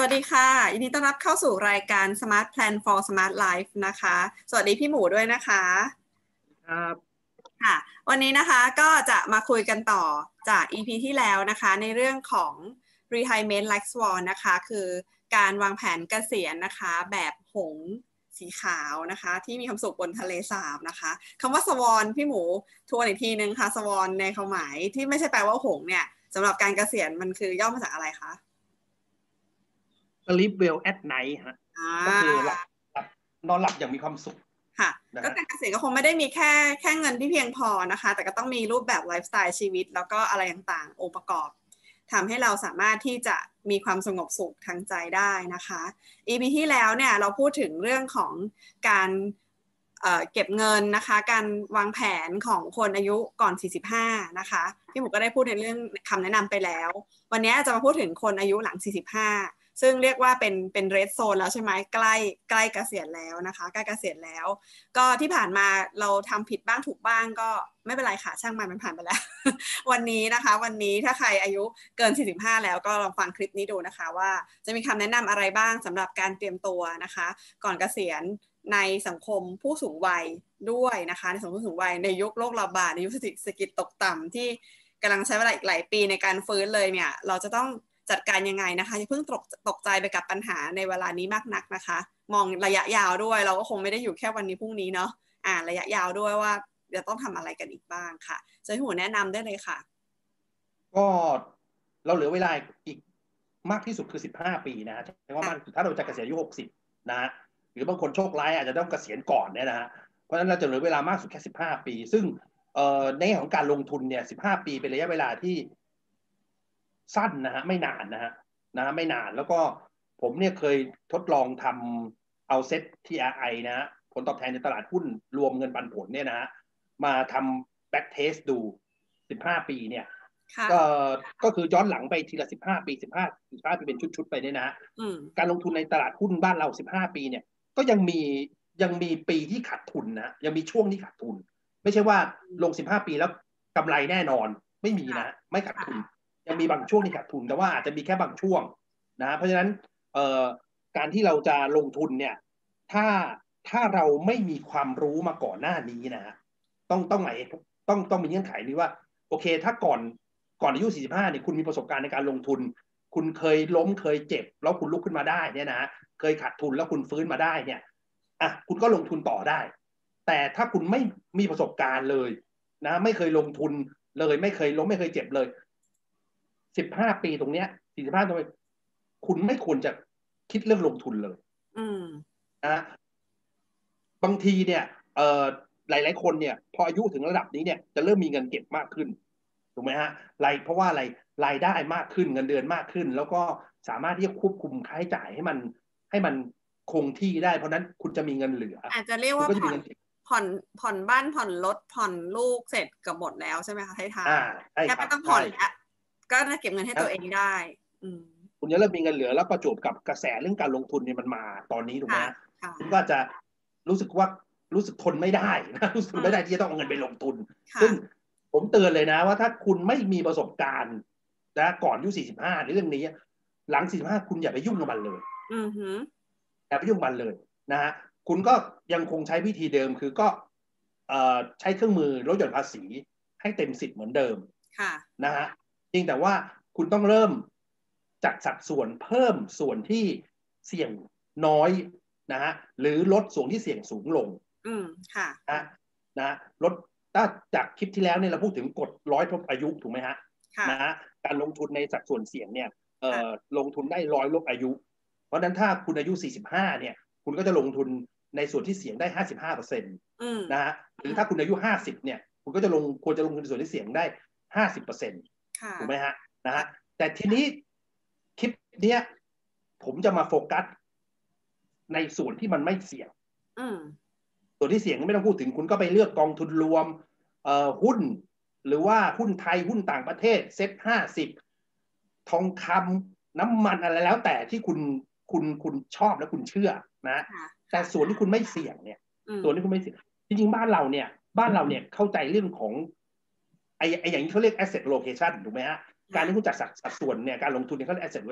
วัสดีค่ะยินดีต้อนรับเข้าสู่รายการ Smart Plan for Smart Life นะคะสวัสดีพี่หมูด้วยนะคะครับค่ะวันนี้นะคะก็จะมาคุยกันต่อจาก EP ที่แล้วนะคะในเรื่องของ Retirement Like Swan นะคะคือการวางแผนเกษียณนะคะแบบหงส์สีขาวนะคะที่มีความสุขบนทะเลสาบนะคะคำว่าสวอนพี่หมูทวนอีกทีนึงค่ะสวอนในความหมายที่ไม่ใช่แปลว่าหงส์เนี่ยสำหรับการเกษียณมันคือย่อมาจากอะไรคะ sleep well at night ฮะก็คือหลับนอนหลับอย่างมีความสุขค่ะนะก็การเกษียณก็คงไม่ได้มีแค่เงินที่เพียงพอนะคะแต่ก็ต้องมีรูปแบบไลฟ์สไตล์ชีวิตแล้วก็อะไรต่างๆองค์ประกอบทำให้เราสามารถที่จะมีความสงบสุขทางใจได้นะคะ EP ที่แล้วเนี่ยเราพูดถึงเรื่องของการเก็บเงินนะคะการวางแผนของคนอายุก่อน45นะคะพี่หมูก็ได้พูดในเรื่องคำแนะนำไปแล้ววันนี้จะมาพูดถึงคนอายุหลัง45ซึ่งเรียกว่าเป็นเรดโซนแล้วใช่ไหมใกล้เกษียณแล้วนะคะใกล้เกษียณแล้วก็ที่ผ่านมาเราทำผิดบ้างถูกบ้างก็ไม่เป็นไรค่ะช่างมันผ่านไปแล้ว วันนี้นะคะวันนี้ถ้าใครอายุเกิน45แล้วก็ลองฟังคลิปนี้ดูนะคะว่าจะมีคำแนะนำอะไรบ้างสำหรับการเตรียมตัวนะคะก่อนเกษียณในสังคมผู้สูงวัยด้วยนะคะในสังคมผู้สูงวัยในยุคโรคระบาดในยุคเศรษฐกิจตกต่ำที่กำลังใช้เวลาอีกหลายปีในการฟื้นเลยเนี่ยเราจะต้องจัดการยังไงนะคะอย่าเพิ่งตกใจไปกับปัญหาในเวลานี้มากนักนะคะมองระยะยาวด้วยเราก็คงไม่ได้อยู่แค่วันนี้พรุ่งนี้เนาะระยะยาวด้วยว่าจะต้องทำอะไรกันอีกบ้างค่ะจะให้หัวแนะนำได้เลยค่ะก็เราเหลือเวลาอีกมากที่สุดคือ15 ปีนะแปลว่ามันถ้าเราจะเกษียณอายุ60นะฮะหรือบางคนโชคร้ายอาจจะต้องเกษียณก่อนเนี่ยนะฮะเพราะฉะนั้นเราจะเหลือเวลามากสุดแค่15 ปีซึ่งในแง่ของการลงทุนเนี่ย15 ปีเป็นระยะเวลาที่สั้นนะฮะไม่นานนะไม่นานแล้วก็ผมเนี่ยเคยทดลองทำเอาเซ็ต TRI นะฮะผลตอบแทนในตลาดหุ้นรวมเงินปันผลเนี่ยนะฮะมาทำแบ็กเทสดู15 ปีเนี่ยก็คือย้อนหลังไปทีละ15 ปี15 ปีเป็นชุดๆไปเนี่ยนะการลงทุนในตลาดหุ้นบ้านเรา15 ปีเนี่ยก็ยังมีปีที่ขาดทุนนะยังมีช่วงที่ขาดทุนไม่ใช่ว่าลง15 ปีแล้วกำไรแน่นอนไม่มีนะไม่ขาดทุนยังมีบางช่วงที่ขาดทุนแต่ว่าอาจจะมีแค่บางช่วงนะเพราะฉะนั้นการที่เราจะลงทุนเนี่ยถ้าเราไม่มีความรู้มาก่อนหน้านี้นะต้องไหนต้องมีเงื่อนไขนี้ว่าโอเคถ้าก่อนอายุ45เนี่ยคุณมีประสบการณ์ในการลงทุนคุณเคยล้มเคยเจ็บแล้วคุณลุกขึ้นมาได้เนี่ยนะเคยขาดทุนแล้วคุณฟื้นมาได้เนี่ยคุณก็ลงทุนต่อได้แต่ถ้าคุณไม่มีประสบการณ์เลยนะไม่เคยลงทุนเลยไม่เคยล้มไม่เคยเจ็บเลย15 ปีตรงเนี้ย45ตรงนี้คุณไม่ควรจะคิดเรื่องลงทุนเลยนะบางทีเนี่ยหลายๆคนเนี่ยพออายุถึงระดับนี้เนี่ยจะเริ่มมีเงินเก็บมากขึ้นถูกไหมฮะเพราะว่าอะไรรายได้มากขึ้นเงินเดือนมากขึ้นแล้วก็สามารถที่จะควบคุมค่าใช้จ่ายให้มันคงที่ได้เพราะนั้นคุณจะมีเงินเหลืออาจจะเรียกว่าผ่อนบ้านผ่อนรถผ่อนลูกเสร็จกับหมดแล้วใช่ไหมคะท้ายๆแค่ไม่ต้องผ่อนแล้วก็จะเก็บเงินให้ตัวเองได้คุณจะเริ่มมีเงินเหลือแล้วประจวบกับกระแสเรื่องการลงทุนเนี่ยมันมาตอนนี้ถูกไหมคุณก็จะรู้สึกทนไม่ได้นะรู้สึกไม่ได้ที่จะต้องเอาเงินไปลงทุนซึ่งผมเตือนเลยนะว่าถ้าคุณไม่มีประสบการณ์นะก่อนอายุ45ในเรื่องนี้หลัง45คุณอย่าไปยุ่งกับมันเลยอย่าไปยุ่งกับมันเลยนะฮะคุณก็ยังคงใช้วิธีเดิมคือก็ใช้เครื่องมือลดหย่อนภาษีให้เต็มสิทธิ์เหมือนเดิมนะฮะจริงแต่ว่าคุณต้องเริ่มจัดสัดส่วนเพิ่มส่วนที่เสี่ยงน้อยนะฮะหรือลดส่วนที่เสี่ยงสูงลงค่ะนะลดถ้าจากคลิปที่แล้วเนี่ยเราพูดถึงกฎ100 ทบอายุถูกไหมฮะนะฮะการลงทุนในสัดส่วนเสี่ยงเนี่ยลงทุนได้100 ลบอายุเพราะฉะนั้นถ้าคุณอายุ45เนี่ยคุณก็จะลงทุนในส่วนที่เสี่ยงได้55%นะฮะหรือถ้าคุณอายุ50เนี่ยคุณก็จะควรจะลงทุนในส่วนที่เสี่ยงได้50%ถูกไหมฮะนะฮะแต่ทีนี้คลิปเนี้ยผมจะมาโฟกัสในส่วนที่มันไม่เสี่ยงส่วนที่เสี่ยงไม่ต้องพูดถึงคุณก็ไปเลือกกองทุนรวมหุ้นหรือว่าหุ้นไทยหุ้นต่างประเทศเซ็ต50ทองคำน้ำมันอะไรแล้วแต่ที่คุณชอบและคุณเชื่อนะแต่ส่วนที่คุณไม่เสี่ยงเนี่ยส่วนที่คุณไม่เสี่ยงจริงๆบ้านเราเนี่ยเข้าใจเรื่องของไอ้อย่างนี้เขาเรียก asset allocation ถูกไหมฮะการที่คุณจัดสัดส่วนเนี่ยการลงทุนเนี่ยเขาเรียก asset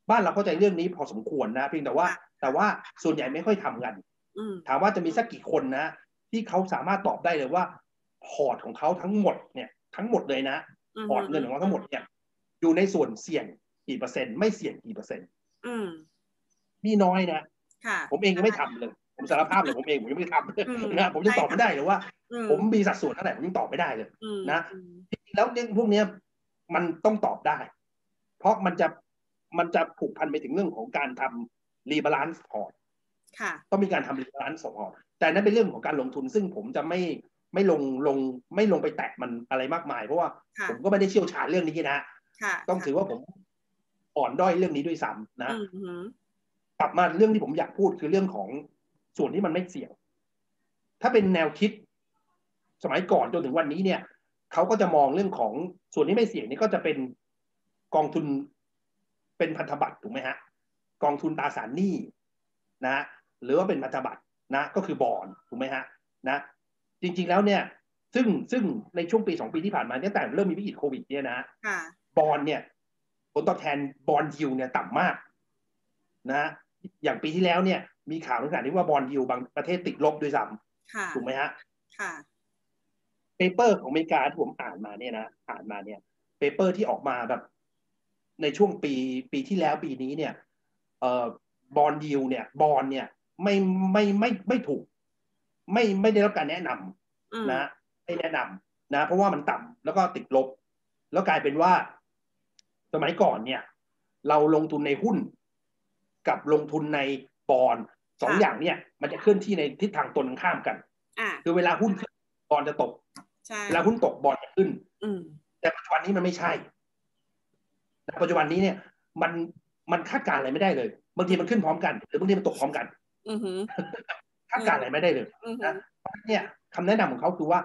บ้านเราเข้าใจเรื่องนี้พอสมควรนะเพียงแต่ว่าส่วนใหญ่ไม่ค่อยทำกันถามว่าจะมีสักกี่คนนะที่เขาสามารถตอบได้เลยว่าพอร์ตของเขาทั้งหมดเนี่ยทั้งหมดเลยนะพอร์ตเงินของเขาทั้งหมดเนี่ยอยู่ในส่วนเสี่ยงกี่เปอร์เซ็นต์ไม่เสี่ยงกี่เปอร์เซ็นต์มีน้อยนะผมเองยังไม่ทำเลยผมสารภาพเลยผมเองผมยังไม่ทำนะผมยังตอบไม่ได้เลยว่าผมมีสัดส่วนเท่าไหร่ผมยังตอบไม่ได้เลยนะแล้วเรื่องพวกนี้มันต้องตอบได้เพราะมันจะผูกพันไปถึงเรื่องของการทำรีบาลานซ์พอร์ตต้องมีการทำรีบาลานซ์พอร์ตแต่นั้นเป็นเรื่องของการลงทุนซึ่งผมจะไม่ลงไปแตะมันอะไรมากมายเพราะว่าผมก็ไม่ได้เชี่ยวชาญเรื่องนี้นะต้องถือว่าผมอ่อนด้อยเรื่องนี้ด้วยซ้ำนะกลับมาเรื่องที่ผมอยากพูดคือเรื่องของส่วนที่มันไม่เสี่ยงถ้าเป็นแนวคิดสมัยก่อนจนถึงวันนี้เนี่ยเขาก็จะมองเรื่องของส่วนที่ไม่เสี่ยงนี่ก็จะเป็นกองทุนเป็นพันธบัตรถูกไหมฮะกองทุนตราสารหนี้นะหรือว่าเป็นพันธบัตรนะก็คือบอนด์ถูกไหมฮะนะจริงๆแล้วเนี่ยซึ่งในช่วงปี2 ปีที่ผ่านมาตั้งแต่เริ่มมีวิกฤตโควิดเนี่ยนะบอนด์เนี่ยผลตอบแทนบอนด์ยิลด์เนี่ยต่ำมากนะอย่างปีที่แล้วเนี่ยมีข่าวในขณะที่ว่าบอนด์ยิลด์บางประเทศติดลบด้วยซ้ำถูกไหมฮะเปเปอร์ของอเมริกาที่ผมอ่านมาเนี่ยเปเปอร์ที่ออกมาแบบในช่วงปีที่แล้วปีนี้เนี่ยบอนด์ยิลด์เนี่ยบอนด์เนี่ยไม่ถูกไม่ได้รับการแนะนำนะไม่แนะนำนะเพราะว่ามันต่ำแล้วก็ติดลบแล้วกลายเป็นว่าสมัยก่อนเนี่ยเราลงทุนในหุ้นกับลงทุนในบอนด์สองอย่างเนี่ยมันจะเคลื่อนที่ในทิศทางตรงข้ามกันคือเวลาหุ้นขึ้นบอนด์จะตกเวลาหุ้นตกบอนด์จะขึ้นแต่ปัจจุบันนี้มันไม่ใช่ปัจจุบันนี้เนี่ยมันคาดการณ์อะไรไม่ได้เลยบางทีมันขึ้นพร้อมกันหรือบางทีมันตกพร้อมกันคาดการณ์อะไรไม่ได้เลยนะเนี่ยคำแนะนำของเขาคือว่า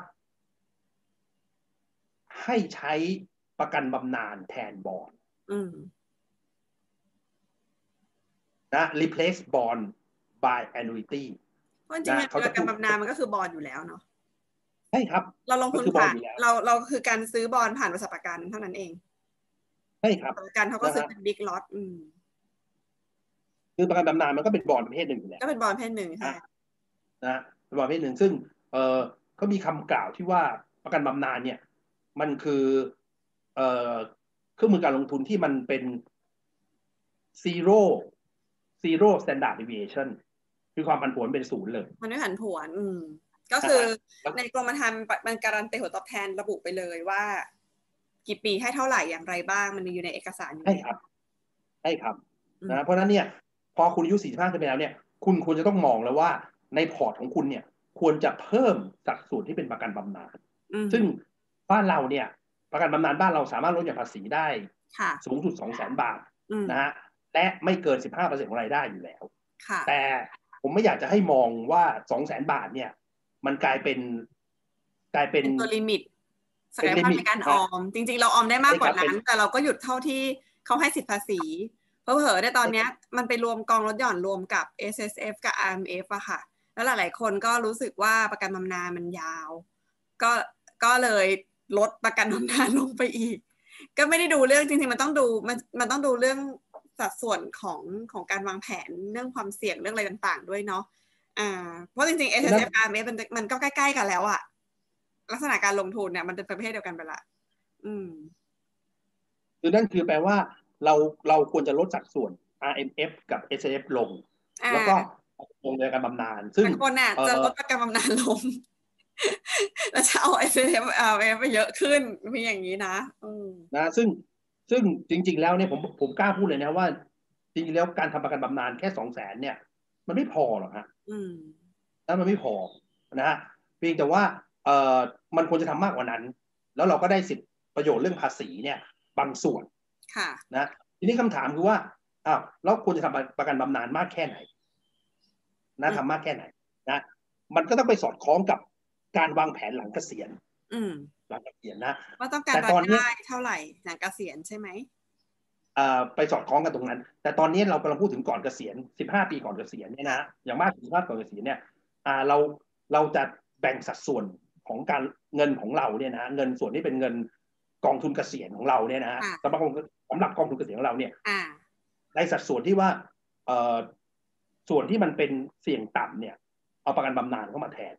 ให้ใช้ประกันบำนาญแทนบอนด์นะ replace bond by annuity เพราะจริงๆประกันบำนาญมันก็คือบอนด์อยู่แล้วเนาะใช่ครับเราลงทุนผ่านเราคือการซื้อบอนด์ผ่านบริษัทประกันเท่านั้นเองใช่ครับประกันเขาก็ซื้อเป็นบิ๊กล็อตคือประกันบำนาญมันก็เป็นบอนด์ประเภทหนึ่งอยู่แล้วก็เป็นบอนด์ประเภทหนึ่งใช่นะเป็นบอนด์ประเภทหนึ่งซึ่งเขามีคำกล่าวที่ว่าประกันบำนาญเนี่ยมันคือเครื่องมือการลงทุนที่มันเป็น zero standard deviation คือความผันผวนเป็นศูนย์เลยมันไม่ผันผวนก็คือในกรมธรรม์มันการันตีผลตอบแทนระบุไปเลยว่ากี่ปีให้เท่าไหร่อย่างไรบ้างมันมีอยู่ในเอกสารอยู่ใช่ครับนะเพราะฉะนั้นเนี่ยพอคุณอายุ45ขึ้นไปแล้วเนี่ยคุณควรจะต้องมองแล้วว่าในพอร์ตของคุณเนี่ยควรจะเพิ่มสัดส่วนที่เป็นประกันบำนาญซึ่งบ้านเราเนี่ยประกันบำนาญบ้านเราสามารถลดหย่อนภาษีได้สูงสุด 200,000 บาทนะฮะและไม่เกิน 15% ของรายได้อยู่แล้วแต่ผมไม่อยากจะให้มองว่า 200,000 บาทเนี่ยมันกลายเป็นตัวลิมิตศักยภาพในการออมจริงๆเราออมได้มากกว่านั้นแต่เราก็หยุดเท่าที่เขาให้สิทธิภาษีเผลอๆในตอนนี้มันไปรวมกองลดหย่อนรวมกับ SSF กับ RMF อะค่ะแล้วหลายๆคนก็รู้สึกว่าประกันบำนาญมันยาวก็เลยลดประกันบำนาญลงไปอีกก็ไม่ได้ดูเรื่องจริงๆมันต้องดูเรื่องสัดส่วนของการวางแผนเรื่องความเสี่ยงเรื่องอะไรต่างๆด้วยเนาะเพราะจริงๆ SSF RMF มันก็ใกล้ๆกันแล้วอะลักษณะการลงทุนเนี่ยมันเป็นประเภทเดียวกันไปละคือนั่นคือแปลว่าเราควรจะลดสัดส่วน RMF กับ SAF ลงแล้วก็ลงในการบำนาญซึ่งคนน่ะจะลดประกันบำนาญลงแล้วจะเอา SAF RMF ไปเยอะขึ้นมีอย่างนี้นะซึ่งจริงๆแล้วเนี่ยผมกล้าพูดเลยนะว่าจริงๆแล้วการทำประกันบำนาญแค่ 200,000 เนี่ยมันไม่พอหรอกฮะแล้วมันไม่พอนะฮะเพียงแต่ว่ามันควรจะทำมากกว่านั้นแล้วเราก็ได้สิทธิประโยชน์เรื่องภาษีเนี่ยบางส่วนนะทีนี้คำถามคือว่าแล้วควรจะทำประกันบำนาญมากแค่ไหนนะทำมากแค่ไหนนะมันก็ต้องไปสอดคล้องกับการวางแผนหลังเกษียณหลังเกษียณนะว่าต้องการรายได้เท่าไหร่หลังเกษียณใช่ไหมไปสอดคล้องกันตรงนั้นแต่ตอนนี้เรากำลังพูดถึงก่อนเกษียณ15 ปีก่อนเกษียณเนี่ยนะอย่างมาก15 ก่อนเกษียณเนี่ยเราจะแบ่งสัดส่วนของการเงินของเราเนี่ยนะเงินส่วนที่เป็นเงินกองทุนเกษียณของเราเนี่ยนะสำหรับกองทุนเกษียณของเราเนี่ยในสัดส่วนที่ว่าเอ่อส่วนที่มันเป็นเสี่ยงต่ำเนี่ยเอาประกันบำนาญเข้ามาแทน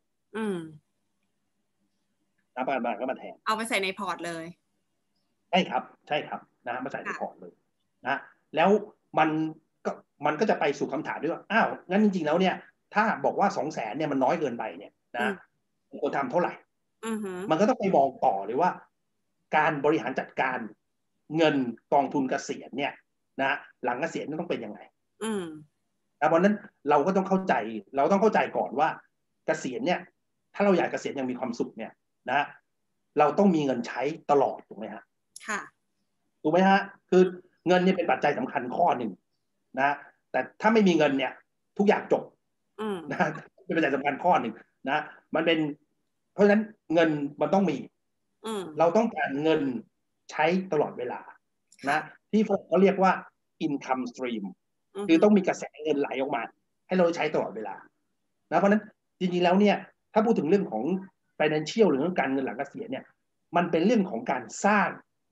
ประกันบำนาญเข้ามาแทนเอาไปใส่ในพอร์ตเลยใช่ครับใช่ครับนะมาใส่ในพอร์ตเลยนะแล้วมันมันก็จะไปสู่คำถามด้วยว่าอ้าวงั้นจริงๆแล้วเนี่ยถ้าบอกว่า200,000เนี่ยมันน้อยเกินไปเนี่ยนะควรทำเท่าไหร่มันก็ต้องไปมองต่อเลยว่าการบริหารจัดการเงินกองทุนเกษียณเนี่ยนะหลังเกษียณต้องเป็นยังไงเพราะนั้นเราก็ต้องเข้าใจก่อนว่าเกษียณเนี่ยถ้าเราอยากเกษียณยังมีความสุขเนี่ยนะเราต้องมีเงินใช้ตลอดถูกไหมฮะค่ะถูกไหมฮะคือเงินเนี่ยเป็นปัจจัยสำคัญข้อหนึ่งนะแต่ถ้าไม่มีเงินเนี่ยทุกอย่างจบนะเป็นปัจจัยสำคัญข้อหนึ่งนะมันเป็นเพราะฉะนั้นเงินมันต้องมีเราต้องการเงินใช้ตลอดเวลานะที่เขาเรียกว่า income stream คือต้องมีกระแสเงินไหลออกมาให้เราใช้ตลอดเวลานะเพราะฉะนั้นจริงๆแล้วเนี่ยถ้าพูดถึงเรื่องของ financial หรือเรื่องการเงินหลังเกษียณเนี่ยมันเป็นเรื่องของการสร้าง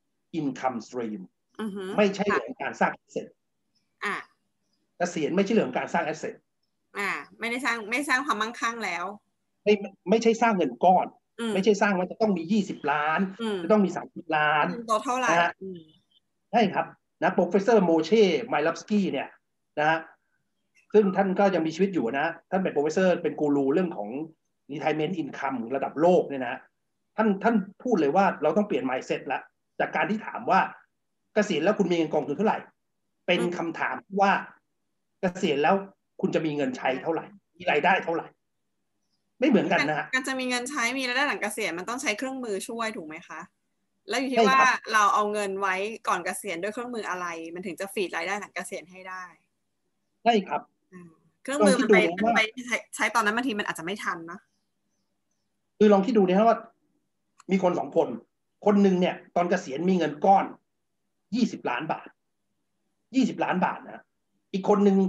income stream ไม่ใช่เรื่องการสร้าง asset เกษียณไม่ใช่เรื่องการสร้าง asset ไม่ได้สร้างความมั่งคั่งแล้วไม่ใช่สร้างเงินก้อนไม่ใช่สร้างว่าจะต้องมี20 ล้านจะต้องมี30 ล้านตัวเท่าไหร่ใช่ครับนะโปรเฟสเซอร์โมเช่ไมลัฟสกี้เนี่ยนะซึ่งท่านก็ยังมีชีวิตอยู่นะท่านเป็นโปรเฟสเซอร์เป็นกูรูเรื่องของ retirement income ระดับโลกเนี่ยนะท่านพูดเลยว่าเราต้องเปลี่ยน mindset แล้วจากการที่ถามว่าเกษียณแล้วคุณมีเงินกองทุนเท่าไหร่เป็นคำถามว่าเกษียณแล้วคุณจะมีเงินใช้เท่าไหร่มีรายได้เท่าไหร่ไม่เหมือนกันนะฮะการจะมีเงินใช้มีรายได้หลังเกษียณมันต้องใช้เครื่องมือช่วยถูกไหมคะแล้วอยู่ที่ว่าเราเอาเงินไว้ก่อนเกษียณด้วยเครื่องมืออะไรมันถึงจะฟีดรายได้หลังเกษียณให้ได้ใช่ครับเครื่องมือมันไปใช้ตอนนั้นบางทีมันอาจจะไม่ทันนะคือลองคิดดูนะครับว่ามีคน2 คนคนหนึ่งเนี่ยตอนเกษียณมีเงินก้อน20 ล้านบาท20 ล้านบาทนะอีกคนหนึ่ง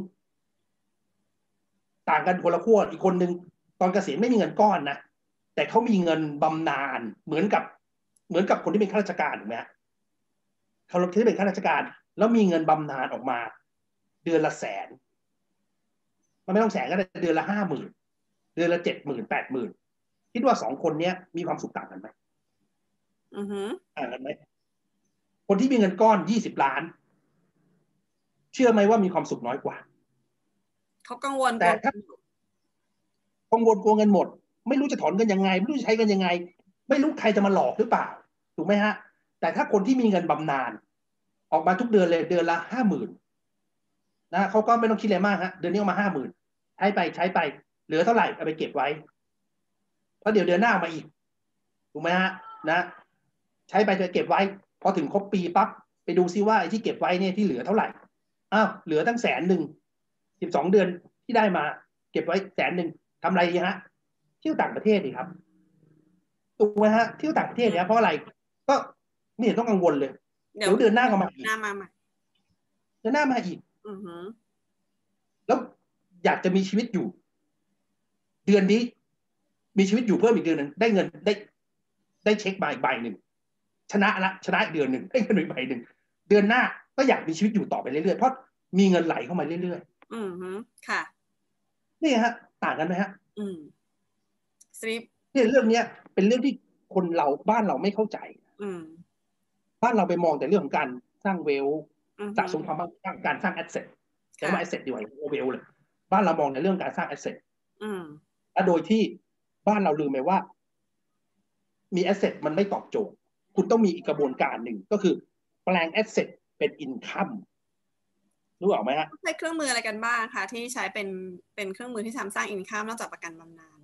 ต่างกันคนละขั้วอีกคนหนึ่งตอนเกษียณไม่มีเงินก้อนนะแต่เขามีเงินบำนาญเหมือนกับคนที่เป็นข้าราชการถูกไหมเขาที่เป็นข้าราชการแล้วมีเงินบำนาญออกมาเดือนละ100,000มันไม่ต้อง100,000ก็ได้เดือนละ50,000เดือนละ70,000 80,000คิดว่า2 คนนี้มีความสุขต่างกันไหมต่างกันไหมคนที่มีเงินก้อน20 ล้านเชื่อไหมว่ามีความสุขน้อยกว่าเขากังวลแต่ถ้ากังวลกลัวเงินหมดไม่รู้จะถอนเงินยังไงไม่รู้จะใช้เงินยังไงไม่รู้ใครจะมาหลอกหรือเปล่าถูกไหมฮะแต่ถ้าคนที่มีเงินบำนาญออกมาทุกเดือนเลยเดือนละ50,000นะเขาก็ไม่ต้องคิดอะไรมากฮะเดือนนี้ออกมา50,000ใช้ไปเหลือเท่าไหร่เอาไปเก็บไว้เพราะเดี๋ยวเดือนหน้ามาอีกถูกไหมฮะนะใช้ไปจะเก็บไว้พอถึงครบปีปั๊บไปดูซิว่าไอ้ที่เก็บไว้เนี่ยที่เหลือเท่าไหร่อ้าวเหลือตั้ง100,000 12 เดือนที่ได้มาเก็บไว้100,000ทำอะไรดีฮะเที่ยวต่างประเทศดีครับถูกไหมฮะเที่ยวต่างประเทศเนี่ยเพราะอะไรก็ไม่เห็นต้องกังวลเลยเดี๋ยวเดือนหน้าก็มาอีกเดือนหน้ามาอีกแล้วอยากจะมีชีวิตอยู่เดือนนี้มีชีวิตอยู่เพิ่มอีกเดือนหนึ่งได้เงินได้เช็คมาอีกใบหนึ่งชนะอีกเดือนหนึ่งได้เงินอีกใบหนึ่งเดือนหน้าก็อยากมีชีวิตอยู่ต่อไปเรื่อยๆเพราะมีเงินไหลเข้ามาเรื่อยๆค่ะนี่ฮะต่างกันไหมฮะสลิปเนี่ยเรื่องนี้เป็นเรื่องที่คนเราบ้านเราไม่เข้าใจบ้านเราไปมองแต่เรื่องของการสร้างเวลสะสมความมั่งคั่งการสร้างแอสเซทใช้ว่าแอสเซทดีกว่าเวลเลยบ้านเรามองในเรื่องการสร้างแอสเซทและโดยที่บ้านเราลืมไปว่ามีแอสเซทมันไม่ตอบโจทย์คุณต้องมีอีกกระบวนการหนึ่งก็คือแปลงแอสเซทเป็นอินคัมรู้ออกไหมฮะใช้เครื่องมืออะไรกันบ้างคะที่ใช้เป็นเครื่องมือที่ทำสร้างอินคัมนอกจากประกันบำนาญ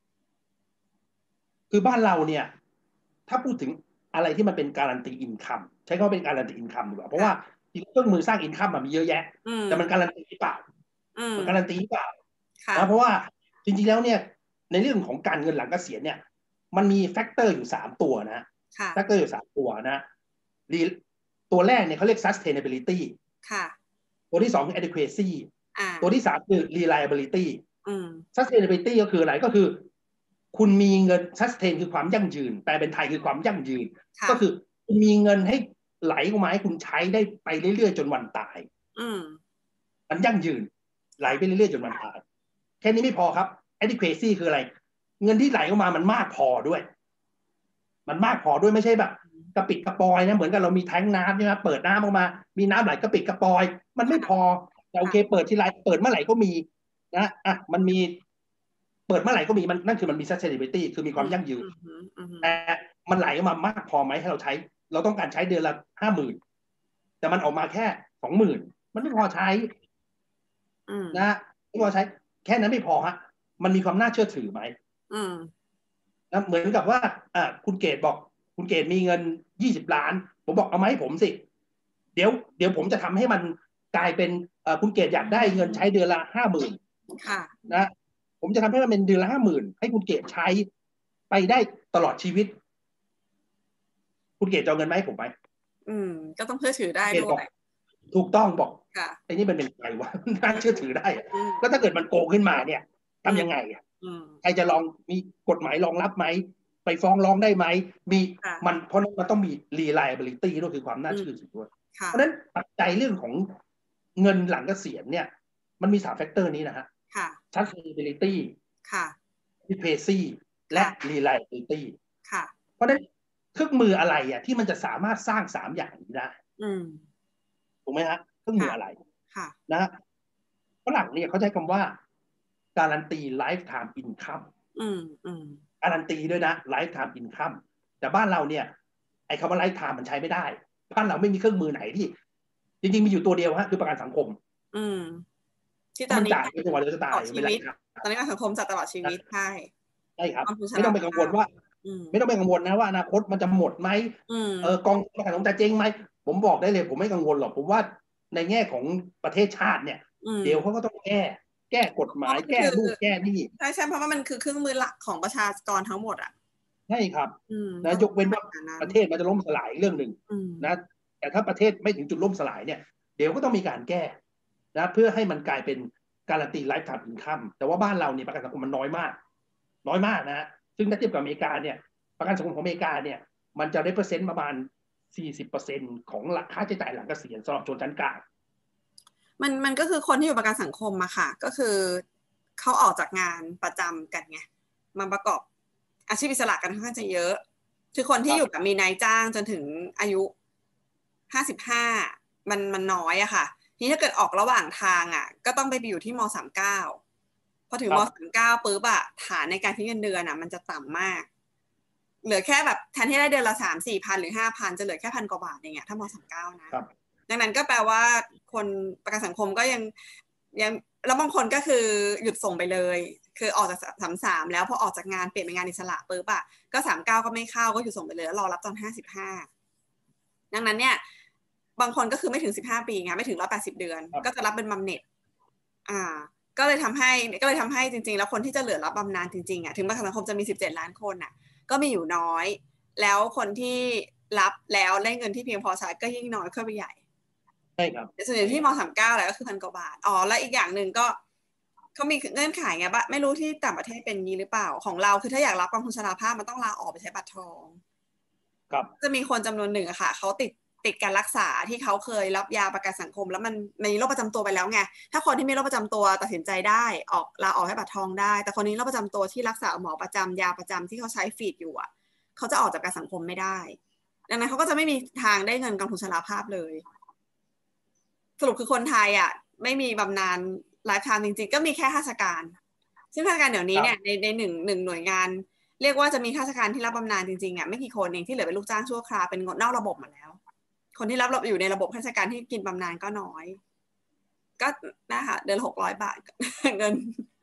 คือบ้านเราเนี่ยถ้าพูดถึงอะไรที่มันเป็นการันตีอินคัมใช้คำว่าเป็นการันตีอินคัมดีกว่าเพราะว่าเครื่องมือสร้างอินคัมมันมีเยอะแยะแต่มันการันตีหรือเปล่ามันการันตีหรือเปล่านะเพราะว่าจริงๆแล้วเนี่ยในเรื่องของการเงินหลังเกษียณเนี่ยมันมีแฟกเตอร์อยู่3 ตัวนะแฟกเตอร์อยู่3 ตัวนะตัวแรกเนี่ยเขาเรียก sustainability ตัวที่2คือ adequacy ตัวที่3คือ reliability sustainability ก็คืออะไรก็คือคุณมีเงิน sustain คือความยั่งยืนแปลเป็นไทยคือความยั่งยืนก็คือคุณมีเงินให้ไหลออกมาให้คุณใช้ได้ไปเรื่อยๆจนวันตายอืมมันยั่งยืนไหลไปเรื่อยๆจนมันตายแค่นี้ไม่พอครับ adequacy คืออะไรเงินที่ไหลออกมามันมากพอด้วยมันมากพอด้วยไม่ใช่แบบกระปิดกระปอยนะเหมือนกับเรามีแท้งน้ำใช่ไหมเปิดน้ำออกมามีน้ำไหลกระปิดกระปอยมันไม่พอแต่โอเคเปิดทีไรเปิดเมื่อไหร่ก็มีนะมันมีเปิดเมื่อไหร่ก็มีมันนั่นคือมันมี sustainability คือมีความยั่งยืนแต่มันไหลออกมามากพอไหมให้เราใช้เราต้องการใช้เดือนละ50,000แต่มันออกมาแค่20,000มันไม่พอใช้นะไม่พอใช้แค่นั้นไม่พอฮะมันมีความน่าเชื่อถือไหมนะเหมือนกับว่าคุณเกดบอกคุณเกดมีเงิน20 ล้านผมบอกเอามาให้ผมสิเดี๋ยวผมจะทำให้มันกลายเป็นคุณเกดอยากได้เงินใช้เดือนละ50,000นะผมจะทำให้มันเป็นเดือนละ50,000ให้คุณเกดใช้ไปได้ตลอดชีวิตคุณเกดจะเอาเงินมาให้ผมไหมก็ต้องเชื่อถือได้ด้วยถูกต้องบอกไอ้นี่มันเป็นใครวะน่าเชื่อถือได้แล้วถ้าเกิดมันโกงขึ้นมาเนี่ยทำยังไงใครจะลองมีกฎหมายรองรับไหมไปฟ้องร้องได้ไหมมีมันเพราะมันต้องมี reliability ด้วยคือความน่าเชื่อถือด้วยเพราะฉะนั้นปัจจัยเรื่องของเงินหลังเกษียณเนี่ยมันมี3 แฟกเตอร์นี้นะฮะ sustainability efficiency และ reliability เพราะฉะนั้นเครื่องมืออะไรที่มันจะสามารถสร้าง3 อย่างนี้ได้ถูกไหมฮะเครื่องมืออะไรนะฮะฝรั่งเนี่ยเขาใช้คำว่าการันตี lifetime income การันตีด้วยนะ lifetime income แต่บ้านเราเนี่ยไอ้คำว่า lifetime มันใช้ไม่ได้บ้านเราไม่มีเครื่องมือไหนที่จริงๆมีอยู่ตัวเดียวฮะคือประกันสังคมที่ตอนนี้จ่ายไปจนกว่าจะตายชีวิตตอนนี้ประกันสังคมจัดตลอดชีวิตใช่ครับไม่ต้องไปกังวลว่าไม่ต้องไปกังวลนะว่าอนาคตมันจะหมดไหมกองประกันสังคมจะเจ๊งไหมผมบอกได้เลยผมไม่กังวลหรอกผมว่าในแง่ของประเทศชาติเนี่ยเดี๋ยวเขาก็ต้องแก้กฎหมายแก้นู่นแก้นี่ใช่เพราะว่ามันคือเครื่องมือหลักของประชากรทั้งหมดใช่ครับนะยกเว้นว่าประเทศมันจะล่มสลายเรื่องหนึ่งนะแต่ถ้าประเทศไม่ถึงจุดล่มสลายเนี่ยเดี๋ยวก็ต้องมีการแก้นะเพื่อให้มันกลายเป็นการันตีไลฟ์ไทม์อินคัมแต่ว่าบ้านเราเนี่ยประกันสังคมมันน้อยมากนะซึ่งถ้าเทียบกับอเมริกาเนี่ยประกันสังคมของอเมริกาเนี่ยมันจะได้เปอร์เซ็นต์ประมาณ 40% ของค่าใช้จ่ายหลังเกษียณสำหรับชนชั้นกลางมันก็คือคนที่อยู่ประกันสังคมอะค่ะก็คือเขาออกจากงานประจำกันไงมาประกอบอาชีพอิสระกันค่อนข้างจะเยอะคือคนที่อยู่แบบมีนายจ้างจนถึงอายุ55มันน้อยอะค่ะทีถ้าเกิดออกระหว่างทางอะก็ต้องไปอยู่ที่ม.39พอถึงม.39ปุ๊บอะฐานในการคิดเงินเดือนอะมันจะต่ำมากเหลือแค่แบบแทนที่ได้เดือนละ3-4 พันหรือ5,000จะเหลือแค่1,000 กว่าบาทเองอะถ้าม.39นะดังนั้นก็แปลว่าคนประกันสังคมก็ยังแล้วบางคนก็คือหยุดส่งไปเลยคือออกจาก33แล้วพอออกจากงานเปลี่ยนเป็นงานอิสระปุ๊บอะก็39ก็ไม่เข้าก็หยุดส่งไปเลยแล้วรอรับตอน55ดังนั้นเนี่ยบางคนก็คือไม่ถึง15 ปีไงไม่ถึง180 เดือนก็จะรับเป็นบำเหน็จก็เลยทำให้จริงๆแล้วคนที่จะเหลือรับบำนาญจริงๆถึงประกันสังคมจะมี17 ล้านคนก็มีอยู่น้อยแล้วคนที่รับแล้วได้เงินที่เพียงพอใช้ก็ยิ่งน้อยขึ้นไปใหญ่ใช่ครับส่วนใหญ่ที่ม.39แล้วก็คือ1,000 กว่าบาทแล้วอีกอย่างหนึ่งก็เขามีเงื่อนไขไงบ้างไม่รู้ที่ต่างประเทศเป็นงี้หรือเปล่าของเราคือถ้าอยากรับกองทุนชราภาพมันต้องลาออกไปใช้บัตรทองครับจะมีคนจำนวนหนึ่งค่ะเขาติดการรักษาที่เขาเคยรับยาประกันสังคมแล้วมันมีโรคประจำตัวไปแล้วไงถ้าคนที่มีโรคประจำตัวตัดสินใจได้ลาออกให้บัตรทองได้แต่คนนี้โรคประจำตัวที่รักษาหมอประจำยาประจำที่เขาใช้ฟีดอยู่เขาจะออกจากประกันสังคมไม่ได้ดังนั้นเขาก็จะไม่มีทางได้เงินกองทุนชราภาพเลยสรุปคือคนไทยไม่มีบำนาญไลฟ์ไทม์จริงๆก็มีแค่ข้าราชการซึ่งข้าราชการเดี๋ยวนี้เนี่ยในหนึ่งหน่วยงานเรียกว่าจะมีข้าราชการที่รับบำนาญจริงๆไม่กี่คนเองที่เหลือเป็นลูกจ้างชั่วคราวเป็นนอกระบบหมดแล้วคนที่รับอยู่ในระบบข้าราชการที่กินบำนาญก็น้อยก็นะคะเดือน600 บาทเงิน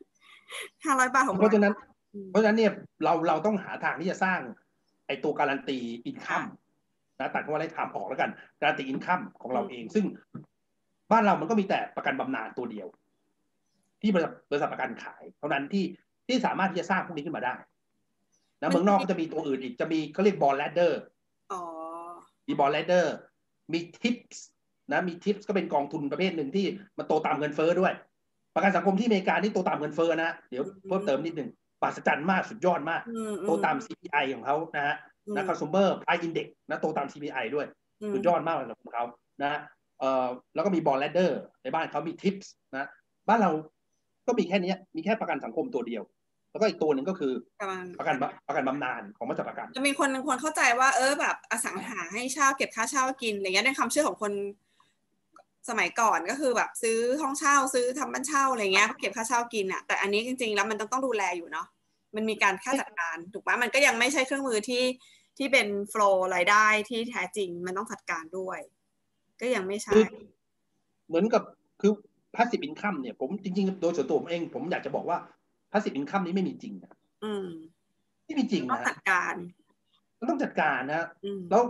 500 บาทเพราะฉะนั้นเนี่ยเราต้องหาทางที่จะสร้างไอ้ตัวการันตีอินคัมนะตัดคำว่าอะไรถามออกแล้วกันการันตีอินคัมของเราเองซึ่งบ้านเรามันก็มีแต่ประกันบำนาญตัวเดียวที่บริษัทประกันขายเท่านั้นที่สามารถที่จะสร้างพวกนี้ขึ้นมาได้นะเมืองนอกก็จะมีตัวอื่นอีกจะมีเขาเรียกบอลแลดเดอร์มีบอลแลดเดอร์มีทิปส์นะมีทิปส์ก็เป็นกองทุนประเภทหนึ่งที่มันโตตามเงินเฟ้อด้วยประกันสังคมที่อเมริกานี่โตตามเงินเฟ้อนะเดี๋ยวเพิ่มเติมนิดนึงมหัศจรรย์มากสุดยอดมากโตตาม CPI ของเขานะฮะConsumer Price Index นะโตตาม CPI ด้วยสุดยอดมากเลยของเขานะแล้วก็มีบอลแลดเดอร์ในบ้านเขามีทิปส์นะบ้านเราก็มีแค่นี้มีแค่ประกันสังคมตัวเดียวแล้วก็อีกตัวหนึ่งก็คือประกันบำนาญของบริษัทประกันจะมีคนเข้าใจว่าแบบอสังหาให้เช่าเก็บค่าเช่ากินอะไรเงี้ยในความเชื่อของคนสมัยก่อนก็คือแบบซื้อห้องเช่าซื้อทำบ้านเช่าอะไรเงี้ยเก็บค่าเช่ากินอะแต่อันนี้จริงๆแล้วมันต้องดูแลอยู่เนาะมันมีการค่าจัดการถูกไหมมันก็ยังไม่ใช่เครื่องมือที่เป็นโฟลว์รายได้ที่แท้จริงมันต้องจัดการด้วยก็ยังไม่ใช่เหมือนกับคือ passive income เนี่ยผมจริงๆโดยส่วนตัวผมเองผมอยากจะบอกว่า passive income นี้ไม่มีจริงนะไม่มีจริงนะต้องจัดการมันต้องจัดการนะแล้ว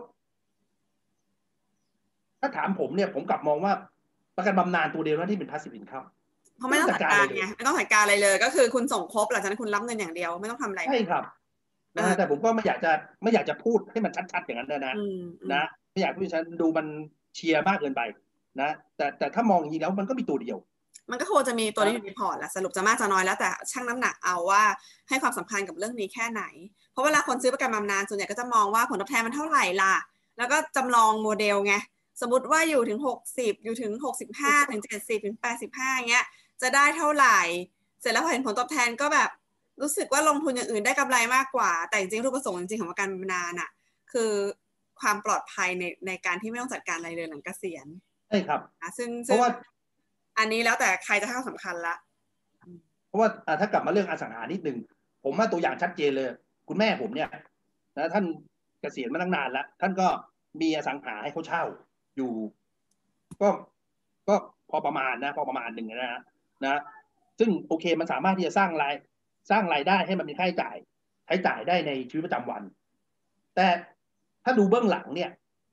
ถ้าถามผมเนี่ยผมกลับมองว่าประกันบำนาญตัวเดียวนะที่เป็น passive income เพราะไม่ต้องจัดการไงไม่ต้องจัดการอะไรเลยก็คือคุณส่งครบหลังจากนั้นคุณรับเงินอย่างเดียวไม่ต้องทำอะไรใช่ครับนะแต่ผมก็ไม่อยากจะพูดให้มันชัดๆอย่างนั้นนะไม่อยากพูดฉันดูมันเชียร์มากเกินไปนะแต่ถ้ามองอย่างนี้แล้วมันก็มีตัวเดียวมันก็คงจะมีตัวที่อยู่ในพอร์ตแหละสรุปจะมากจะน้อยแล้วแต่ชั่งน้ำหนักเอาว่าให้ความสำคัญกับเรื่องนี้แค่ไหนเพราะเวลาคนซื้อประกันบำนาญส่วนใหญ่ก็จะมองว่าผลตอบแทนมันเท่าไหร่ล่ะแล้วก็จำลองโมเดลไงสมมติว่าอยู่ถึง60อยู่ถึง65ถึง70ถึง85เงี้ยจะได้เท่าไหร่เสร็จแล้วพอเห็นผลตอบแทนก็แบบรู้สึกว่าลงทุนอย่างอื่นได้กำไรมากกว่าแต่จริงๆรูปประสงค์จริงๆของประกันบำนาญอ่ะคือความปลอดภัยในการที่ไม่ต้องจัดการอะไรเลยหลังเกษียณใช่ครับซึ่งเพราะว่าอันนี้แล้วแต่ใครจะให้ความสำคัญละเพราะว่าถ้ากลับมาเรื่องอสังหานิดนึงผมว่าตัวอย่างชัดเจนเลยคุณแม่ผมเนี่ยนะท่านเกษียณมาตั้งนานแล้วท่านก็มีอสังหาให้เขาเช่าอยู่ก็พอประมาณนะพอประมาณหนึ่งนะซึ่งโอเคมันสามารถที่จะสร้างรายได้ให้มันมีค่าใช้จ่ายได้ในชีวิตประจำวัน แต่ถ้าดูเบื้องหลังเนี่ย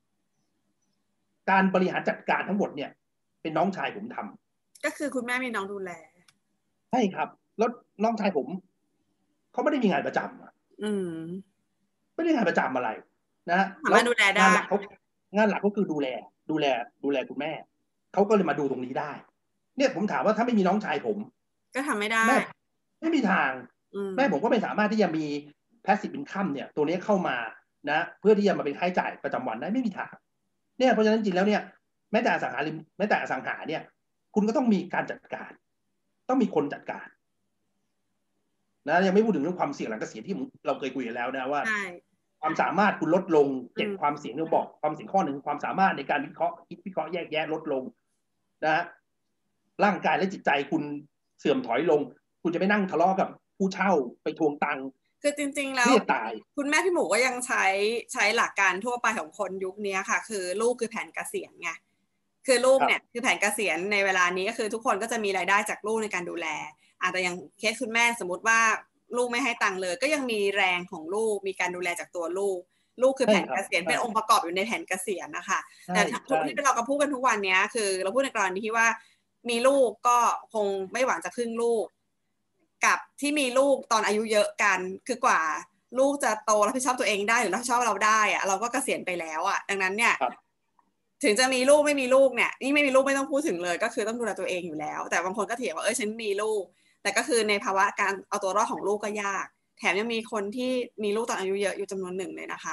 การบริหารจัดการทั้งหมดเนี่ยเป็นน้องชายผมทำก็คือคุณแม่มีน้องดูแลใช่ครับแล้วน้องชายผมเขาไม่ได้มีงานประจำไม่ได้งานประจำอะไรนะแล้วดูแลได้งานหลักเขาคือดูแลคุณแม่เขาก็เลยมาดูตรงนี้ได้ เนี่ยผมถามว่าถ้าไม่มีน้องชายผมก็ทำไม่ได้แม่ไม่มีทางแม่ผมก็ไม่สามารถที่จะมี passive income เนี่ยตัวนี้เข้ามานะเพื่อที่จะมาเป็นค่าใช้จ่ายประจำวันได้ไม่มีทางเนี่ยเพราะฉะนั้นจริงแล้วเนี่ยแม้แต่อสังหาเนี่ยคุณก็ต้องมีการจัดการต้องมีคนจัดการนะยังไม่พูดถึงเรื่องความเสี่ยงหลังเกษียณที่เราเคยคุยกันแล้วนะว่าความสามารถคุณลดลง7ความเสี่ยงเราบอกความเสี่ยงข้อหนึ่งความสามารถในการวิเคราะห์แยกแยะลดลงนะร่างกายและจิตใจคุณเสื่อมถอยลงคุณจะไปนั่งทะเลาะกับผู้เช่าไปทวงตังค์คือจริงๆแล้วคุณแม่พี่หมูก็ยังใช้หลักการทั่วไปของคนยุคนี้ค่ะคือลูกคือแผนเกษียณไงคือลูกเนี่ยคือแผนเกษียณในเวลานี้ก็คือทุกคนก็จะมีรายได้จากลูกในการดูแลอาจจะยังเคสคุณแม่สมมติว่าลูกไม่ให้ตังค์เลยก็ยังมีแรงของลูกมีการดูแลจากตัวลูกคือแผนเกษียณเป็นองค์ประกอบอยู่ในแผนเกษียณนะคะแต่ทุกที่เราก็พูดกันทุกวันนี้คือเราพูดในกรณีที่ว่ามีลูกก็คงไม่หวังจะพึ่งลูกกับที่มีลูกตอนอายุเยอะกันคือกว่าลูกจะโตรับผิดชอบตัวเองได้หรือรับผิดชอบเราได้อะเราก็เกษียณไปแล้วอะดังนั้นเนี่ยถึงจะมีลูกไม่มีลูกเนี่ยนี่ไม่มีลูกไม่ต้องพูดถึงเลยก็คือต้องดูแลตัวเองอยู่แล้วแต่บางคนก็เถียงว่าฉันมีลูกแต่ก็คือในภาวะการเอาตัวรอดของลูกก็ยากแถมยังมีคนที่มีลูกตอนอายุเยอะอยู่จำนวนหนึ่งเลยนะคะ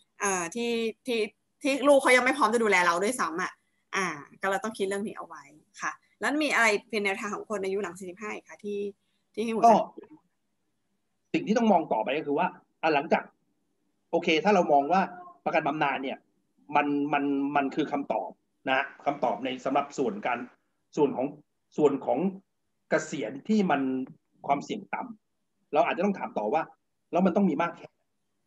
ที่ลูกเขายังไม่พร้อมจะดูแลเราด้วยซ้ำก็เราต้องคิดเรื่องนี้เอาไว้ค่ะแล้วมีอะไรเป็นแนวทางของคนอายุหลัง45อีกคะที่ให้หมดก็สิ่งที่ต้องมองต่อไปก็คือว่าหลังจากโอเคถ้าเรามองว่าประกันบำนาญเนี่ยมันคือคำตอบนะคำตอบในสำหรับส่วนของเกษียณที่มันความเสี่ยงต่ำเราอาจจะต้องถามต่อว่าแล้วมันต้องมีมากแค่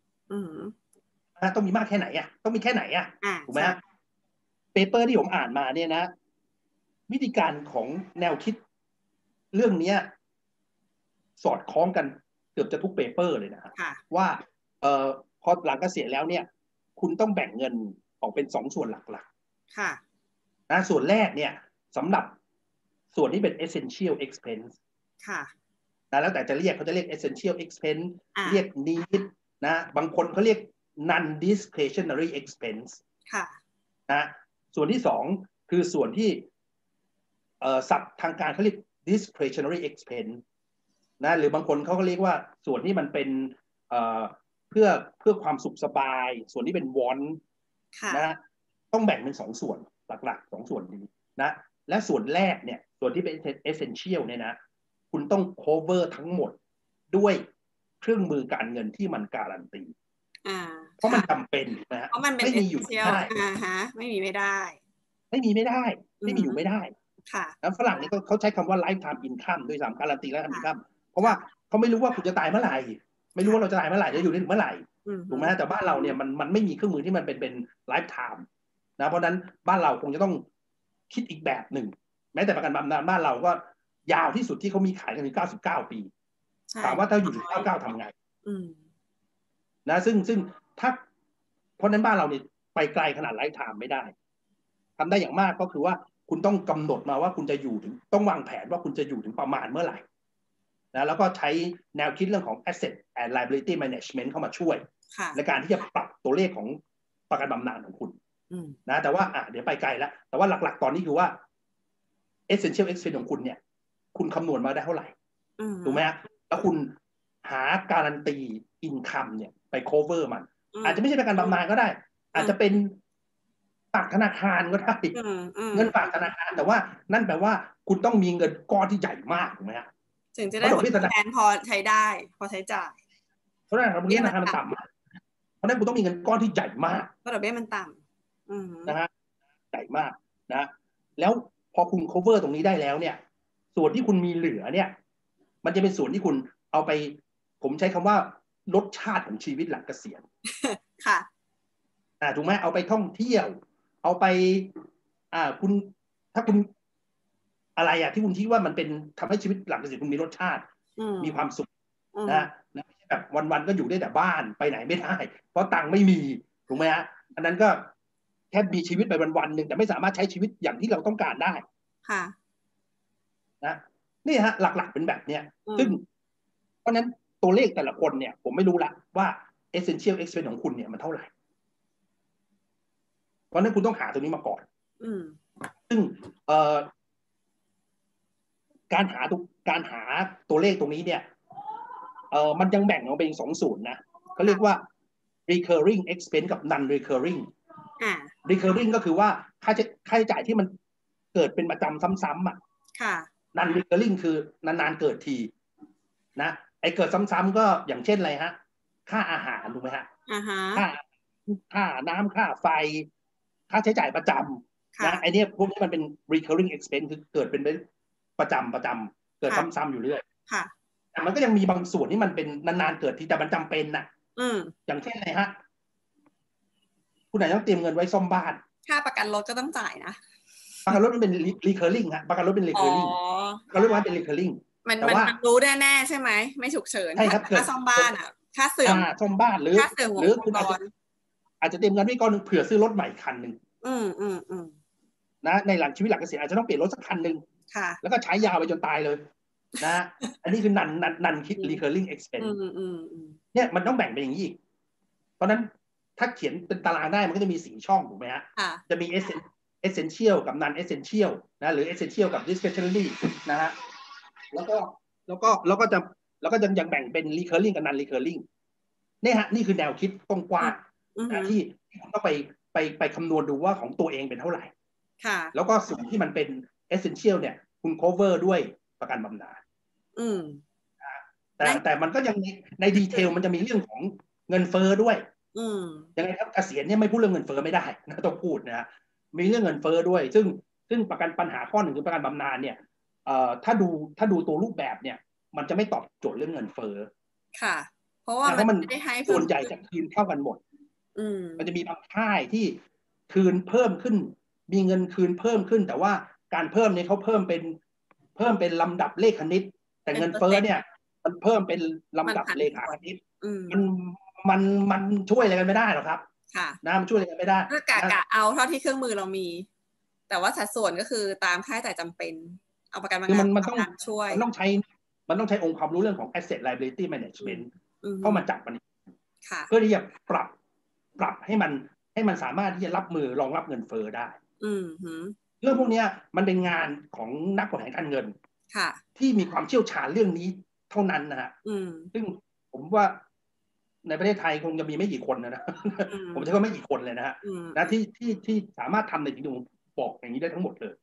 ต้องมีมากแค่ไหนต้องมีแค่ไหนถูกไหมเปเปอร์ที่ผมอ่านมาเนี่ยนะวิธีการของแนวคิดเรื่องนี้สอดคล้องกันเกือบจะทุกเปเปอร์เลยนะว่าพอหลังเกษียณแล้วเนี่ยคุณต้องแบ่งเงินออกเป็น2ส่วนหลักๆนะส่วนแรกเนี่ยสำหรับส่วนที่เป็น essential expense นะแล้วแต่จะเรียกเขาจะเรียก essential expense เรียก need นะบางคนเขาเรียก non discretionary expense นะส่วนที่2คือส่วนที่ศัพท์ทางการเขาเรียก discretionary expense นะหรือบางคนเขาก็เรียกว่าส่วนที่มันเป็นเพื่อความสุขสบายส่วนที่เป็นwant นะต้องแบ่งเป็น2ส่วนหลักๆ2ส่วนนี้นะและส่วนแรกเนี่ยส่วนที่เป็น essential เนี่ยนะคุณต้อง cover ทั้งหมดด้วยเครื่องมือการเงินที่มันการันตีเพราะมันจำเป็นนะฮะไม่มีอยู่ไม่ได้ไม่มีไม่ได้ไม่มีอยู่ไม่ได้ค่ะแล้วฝรั่งนี่เขาใช้คำว่า lifetime income ด้วยซ้ำการันตี lifetime income เพราะว่าเขาไม่รู้ว่าคุณจะตายเมื่อไหร่ไม่รู้ว่าเราจะตายเมื่อไหร่จะอยู่ได้ถึงเมื่อไหร่ถูกไหมแต่บ้านเราเนี่ยมันไม่มีเครื่องมือที่มันเป็นไลฟ์ไทม์นะเพราะนั้นบ้านเราคงจะต้องคิดอีกแบบหนึ่งแม้แต่ประกันบำนาญบ้านเราก็ยาวที่สุดที่เขามีขายกันคือ99 ปีถามว่าถ้าอยู่ถึง99ทำไงนะซึ่งถ้าเพราะนั้นบ้านเราเนี่ยไปไกลขนาดไลฟ์ไทม์ไม่ได้ทำได้อย่างมากก็คือว่าคุณต้องกำหนดมาว่าคุณจะอยู่ถึงต้องวางแผนว่าคุณจะอยู่ถึงประมาณเมื่อไหร่นะแล้วก็ใช้แนวคิดเรื่องของ asset and liability management เข้ามาช่วยในการที่จะปรับตัวเลขของประกันบำนาญของคุณนะแต่ว่าเดี๋ยวไปไกลแล้วแต่ว่าหลักๆตอนนี้คือว่า essential expense ของคุณเนี่ยคุณคำนวณมาได้เท่าไหร่ถูกไหมฮะแล้วคุณหาการันตี income เนี่ยไป cover มันอาจจะไม่ใช่ประกันบำนาญก็ได้อาจจะเป็นฝากธนาคารก็ได้เงินฝากธนาคารแต่ว่านั่นแปลว่าคุณต้องมีเงินก้อนที่ใหญ่มากถูกไหมฮะถึงจะได้ผลตอบแทนพอใช้ได้พอใช้จ่ายเพราะฉะนั้นดอกเบี้ยธนาคารมันต่ำมากเพราะฉะนั้นคุณต้องมีเงินก้อนที่ใหญ่มากเพราะดอกเบี้ยมันต่ำนะฮะใหญ่มากนะแล้วพอคุณ cover ตรงนี้ได้แล้วเนี่ยส่วนที่คุณมีเหลือเนี่ยมันจะเป็นส่วนที่คุณเอาไปผมใช้คำว่ารสชาติของชีวิตหลังเกษียณค่ะถูกไหมเอาไปท่องเที่ยวเอาไปคุณถ้าคุณอะไรที่คุณคิดว่ามันเป็นทำให้ชีวิตหลังเกษียณคุณมีรสชาติมีความสุขนะไม่ใช่แบบวันๆก็อยู่ได้แต่บ้านไปไหนไม่ได้เพราะตังค์ไม่มีถูกไหมฮะอันนั้นก็แค่มีชีวิตไปวันๆหนึ่งแต่ไม่สามารถใช้ชีวิตอย่างที่เราต้องการได้ค่ะนะนี่ฮะหลักๆเป็นแบบเนี้ยซึ่งเพราะนั้นตัวเลขแต่ละคนเนี่ยผมไม่รู้ละว่า essential expense ของคุณเนี่ยมันเท่าไหร่เพราะนั้นคุณต้องหาตัวนี้มาก่อนซึ่งการหาตัวเลขตรงนี้เนี่ยมันยังแบ่งออกเป็น2 ส่วนนะเขาเรียกว่า recurring expense กับ non recurring recurring ก็คือว่าค่าใช้จ่ายที่มันเกิดเป็นประจำซ้ำๆnon recurring คือนานๆเกิดทีนะไอ้เกิดซ้ำๆก็อย่างเช่นอะไรฮะค่าอาหารถูกไหมฮะค่าน้ำค่าไฟค่าใช้จ่ายประจำนะไอเนี้ยพวกนี้มันเป็น recurring expense คือเกิดเป็นประจำเกิดซ้ำๆอยู่เรื่อยแต่มันก็ยังมีบางส่วนที่มันเป็นนานๆเกิดทีแต่มันจำเป็นน่ะอย่างเช่นอะไรฮะคุณอาจจะต้องเตรียมเงินไว้ซ่อมบ้านค่าประกันรถก็ต้องจ่ายนะประกันรถมันเป็น recurring ฮะประกันรถเป็น recurring ประกันรถมันเป็น recurring แต่ว่ารู้แน่ๆใช่ไหมไม่ฉุกเฉินใช่ครับค่าซ่อมบ้านค่าเสื่อมซ่อมบ้านหรือคุณอาจจะเตรียมเงินไว้ก้อนนึงเผื่อซื้อรถใหม่คันนึงนะในหลังชีวิตหลังเกษียณอาจจะต้องเปลี่ยนรถสักคันนึงแล้วก็ใช้ยาวไปจนตายเลยนะอันนี้คือนันคิด recurring expense เนี่ยมันต้องแบ่งเป็นอย่างนี้อีกเพราะนั้นถ้าเขียนเป็นตารางได้มันก็จะมี4 ช่องถูกไหมฮะจะมี essential กับ non essential นะหรือ essential กับ discretionary นะฮะแล้วก็ยังแบ่งเป็น recurring กับ non recurring เนี่ยฮะนี่คือแนวคิดกว้างๆที่คุณต้องไปคำนวณดูว่าของตัวเองเป็นเท่าไหร่แล้วก็ส่วนที่มันเป็น essential เนี่ยคุณ cover ด้วยประกันบำนาญแต่มันก็ยังในดีเทลมันจะมีเรื่องของเงินเฟ้อด้วยยังไงครับเกษียณเนี่ยไม่พูดเรื่องเงินเฟ้อไม่ได้นะต้องพูดนะมีเรื่องเงินเฟ้อด้วยซึ่งประกันปัญหาข้อหนึ่งคือประกันบำนาญเนี่ยถ้าดูตัวรูปแบบเนี่ยมันจะไม่ตอบโจทย์เรื่องเงินเฟ้อค่ะเพราะว่ามันไม่ได้ให้ส่วนใหญ่จะคืนเท่ากันหมดมันจะมีบางค่ายที่คืนเพิ่มขึ้นมีเงินคืนเพิ่มขึ้นแต่ว่าการเพิ่มเนี่ยเขาเพิ่มเป็นลำดับเลขคณิตแต่เงินเฟ้อเนี่ยมันเพิ่มเป็นลำดับเลขาคณิตมันช่วยอะไรกันไม่ได้หรอกครับนะมันช่วยอะไรกันไม่ได้ก็กะเอาเท่าที่เครื่องมือเรามีแต่ว่าสัดส่วนก็คือตามค่าใช้จ่ายจำเป็นเอาประกันบำนาญมันต้องใช้องค์ความรู้เรื่องของ asset liability management เข้ามาจับมันเพื่อที่จะปรับให้มันสามารถที่จะรับมือรองรับเงินเฟ้อได้เรื่องพวกนี้มันเป็นงานของนักบริหารการเงินที่มีความเชี่ยวชาญเรื่องนี้เท่านั้นนะฮะซึ่งผมว่าในประเทศไทยคงจะมีไม่กี่คนนะผมใช้ว่าไม่กี่คนเลยนะฮะที่สามารถทำในสิ่งที่บอกอย่างนี้ได้ทั้งหมดเลย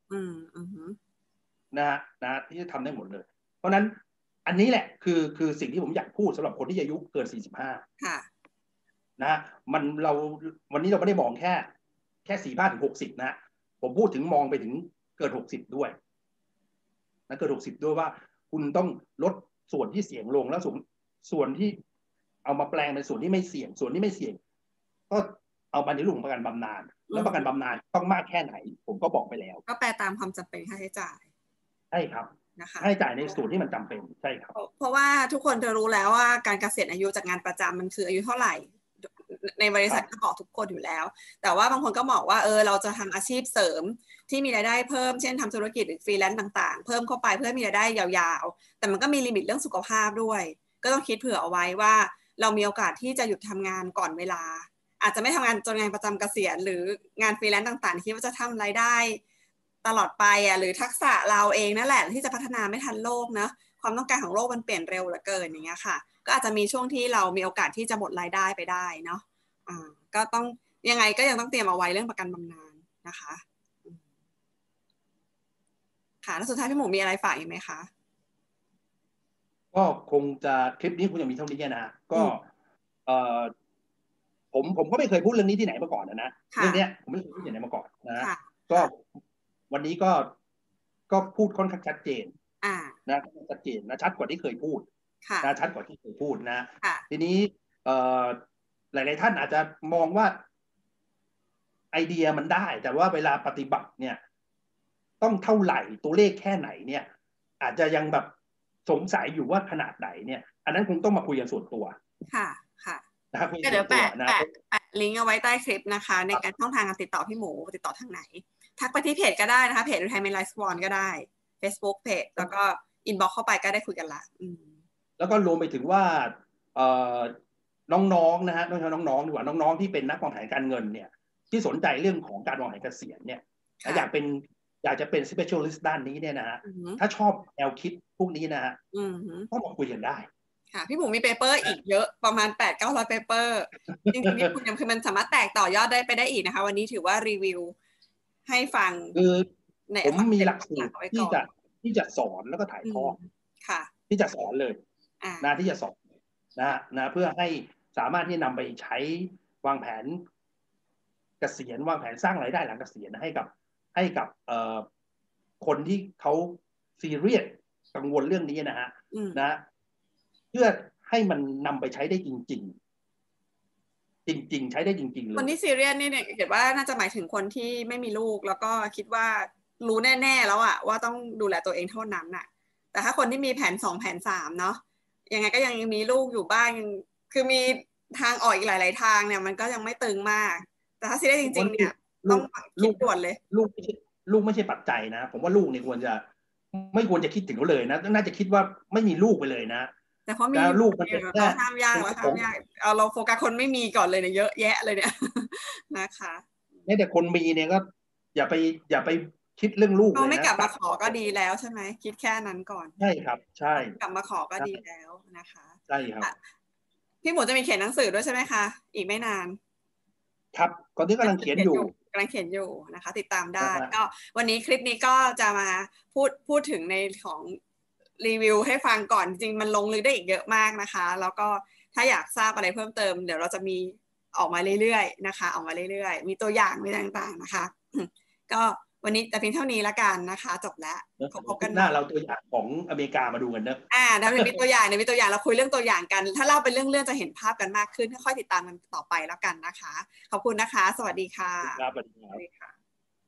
นะที่จะทำได้หมดเลยเพราะนั้นอันนี้แหละคือสิ่งที่ผมอยากพูดสำหรับคนที่อายุเกิน45 ค่ะนะวันนี้เราไม่ได้มองแค่45 ถึง 60นะผมพูดถึงมองไปถึงเกิน60ด้วยนะเกิน60ด้วยว่าคุณต้องลดส่วนที่เสี่ยงลงแล้วส่วนที่เอามาแปลงเป็นส่วนที่ไม่เสี่ยงส่วนที่ไม่เสี่ยงก็เอาไปในรูปของประกันบำนาญแล้วประกันบำนาญต้องมากแค่ไหนผมก็บอกไปแล้วก็แปลตามความจำเป็นค่าใช้จ่ายใช่ครับนะคะให้จ่ายในส่วนที่มันจำเป็นใช่ครับเพราะว่าทุกคนจะรู้แล้วว่าการเกษียณอายุจากงานประจำมันคืออายุเท่าไหร่ในบริษัทก็บอกทุกคนอยู่แล้วแต่ว่าบางคนก็บอกว่าเราจะทำอาชีพเสริมที่มีรายได้เพิ่มเช่นทำธุรกิจหรือฟรีแลนซ์ต่างๆเพิ่มเข้าไปเพื่อมีรายได้ยาวๆแต่มันก็มีลิมิตเรื่องสุขภาพด้วยก็ต้องคิดเผื่อเอาไว้ว่าเรามีโอกาสที่จะหยุดทำงานก่อนเวลาอาจจะไม่ทำงานจนงานประจำเกษียณหรืองานฟรีแลนซ์ต่างๆคิดว่าจะทำรายได้ตลอดไปหรือทักษะเราเองนั่นแหละที่จะพัฒนาไม่ทันโลกนะความต้องการของโลกมันเปลี่ยนเร็วเหลือเกินอย่างเงี้ยค่ะก็อาจจะมีช่วงที่เรามีโอกาสที่จะหมดรายได้ไปได้เนาะก็ต้องยังไงก็ยังต้องเตรียมเอาไว้เรื่องประกันบำนาญนะคะค่ะแล้วสุดท้ายพี่หมูมีอะไรฝากอีกไหมคะก็คงจะคลิปนี้คงจะมีเท่านี้นะก็ผมก็ไม่เคยพูดเรื่องนี้ที่ไหนมาก่อนนะเรื่องนี้ผมไม่เคยพูดที่ไหนมาก่อนนะก็วันนี้ก็พูดค่อนข้างชัดเจนนะชัดเจนนะชัดกว่าที่เคยพูดนะชัดกว่าที่เคยพูดนะทีนี้หลายๆท่านอาจจะมองว่าไอเดียมันได้แต่ว่าเวลาปฏิบัติเนี่ยต้องเท่าไหร่ตัวเลขแค่ไหนเนี่ยอาจจะยังแบบสงสัยอยู่ว่าขนาดไหนเนี่ยอันนั้นคงต้องมาคุยกันส่วนตัวค่ะนะครับเดี๋ยวแปะลิงก์เอาไว้ใต้คลิปนะคะในการช่องทางการติดต่อพี่หมูติดต่อทางไหนทักไปที่เพจก็ได้นะคะเพจ Retirement Life Swan ก็ได้ Facebook เพจแล้วก็อินบ็อกซ์เข้าไปก็ได้คุยกันละแล้วก็รวมไปถึงว่าน้องๆนะฮะน้องๆดีกว่าน้องๆที่เป็นนักวางแผนการเงินเนี่ยที่สนใจเรื่องของการวางแผนเกษียณเนี่ยอยากจะเป็น specialist ด้านนี้เนี่ยนะฮะถ้าชอบแนวคิดพวกนี้นะฮะก็มาคุยกันได้ค่ะพี่หมูมีเปเปอร์อีกเยอะประมาณ 800-900 เปเปอร์จริงๆนี่คุณยังคือมันสามารถแตกต่อยอดได้ไปได้อีกนะคะวันนี้ถือว่ารีวิวให้ฟังคือผมมีหลักสูตรที่จะสอนแล้วก็ถ่ายทอดที่จะสอนเลยนะที่จะสอนนะเพื่อให้สามารถที่นำไปใช้วางแผนเกษียณวางแผนสร้างรายได้หลังเกษียณให้กับคนที่เขาซีเรียสกังวลเรื่องนี้นะฮะนะเพื่อให้มันนำไปใช้ได้จริงใช้ได้จริงๆเลยคนที่ซีเรียสนี่เนี่ยเห็นว่าน่าจะหมายถึงคนที่ไม่มีลูกแล้วก็คิดว่ารู้แน่ๆแล้วอะว่าต้องดูแลตัวเองเท่านั้นน่ะแต่ถ้าคนที่มีแผน2แผน3เนาะยังไงก็ยังมีลูกอยู่บ้างคือมีทางออกอีกหลายๆทางเนี่ยมันก็ยังไม่ตึงมากแต่ถ้าซีเรียสจริงๆเนี่ยต้องคิดด่วนเลยลูกไม่ใช่ปัจจัยนะผมว่าลูกเนี่ยไม่ควรจะคิดถึงเขาเลยนะน่าจะคิดว่าไม่มีลูกไปเลยนะแต่เพราะมีลูกมันเป็นเราห้ามยากเราโฟกัสคนไม่มีก่อนเลยเนี่ยเยอะแยะเลยเนี่ยนะคะแต่คนมีเนี่ยก็อย่าไปคิดเรื่องลูกเลยนะเขาไม่กลับมาขอก็ดีแล้วใช่ไหมคิดแค่นั้นก่อนใช่ครับใช่กลับมาขอก็ดีแล้วนะคะใช่ครับพี่หมูจะมีเขียนหนังสือด้วยใช่ไหมคะอีกไม่นานครับตอนนี้กำลังเขียนอยู่นะคะติดตามได้ก็วันนี้คลิปนี้ก็จะมาพูดถึงในของรีวิวให้ฟังก่อนจริงมันลงลึกได้อีกเยอะมากนะคะแล้วก็ถ้าอยากทราบอะไรเพิ่มเติมเดี๋ยวเราจะมีออกมาเรื่อยๆนะคะออกมาเรื่อยๆมีตัวอย่างมีต่างๆนะคะก็วันนี้แต่เพียงเท่านี้ละกันนะคะจบแล้วพบกันหน้าเราตัวอย่างของอเมริกามาดูกันเนอะเดี๋ยวมีตัวอย่างเราคุยเรื่องตัวอย่างกันถ้าเล่าเป็นเรื่องจะเห็นภาพกันมากขึ้นค่อยๆติดตามกันต่อไปแล้วกันนะคะขอบคุณนะคะสวัสดีค่ะครับสวัสดีค่ะ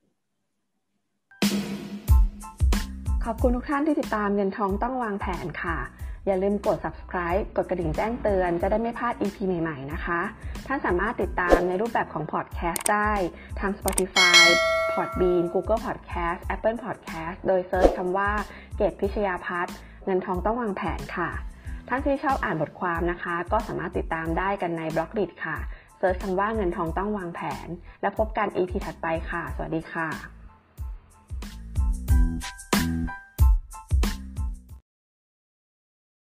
ขอบคุณทุกท่านที่ติดตามเงินทองต้องวางแผนค่ะอย่าลืมกด subscribe กดกระดิ่งแจ้งเตือนจะได้ไม่พลาด EP ใหม่ๆนะคะท่านสามารถติดตามในรูปแบบของ podcast ได้ทาง Spotify Podbean Google Podcast Apple Podcast โดยเซิร์ชคำว่าเกตพิชยาภัทรเงินทองต้องวางแผนค่ะท่านที่ชอบอ่านบทความนะคะก็สามารถติดตามได้กันใน Blogdit ค่ะเซิร์ชคำว่าเงินทองต้องวางแผนแล้วพบกัน EP ถัดไปค่ะสวัสดีค่ะ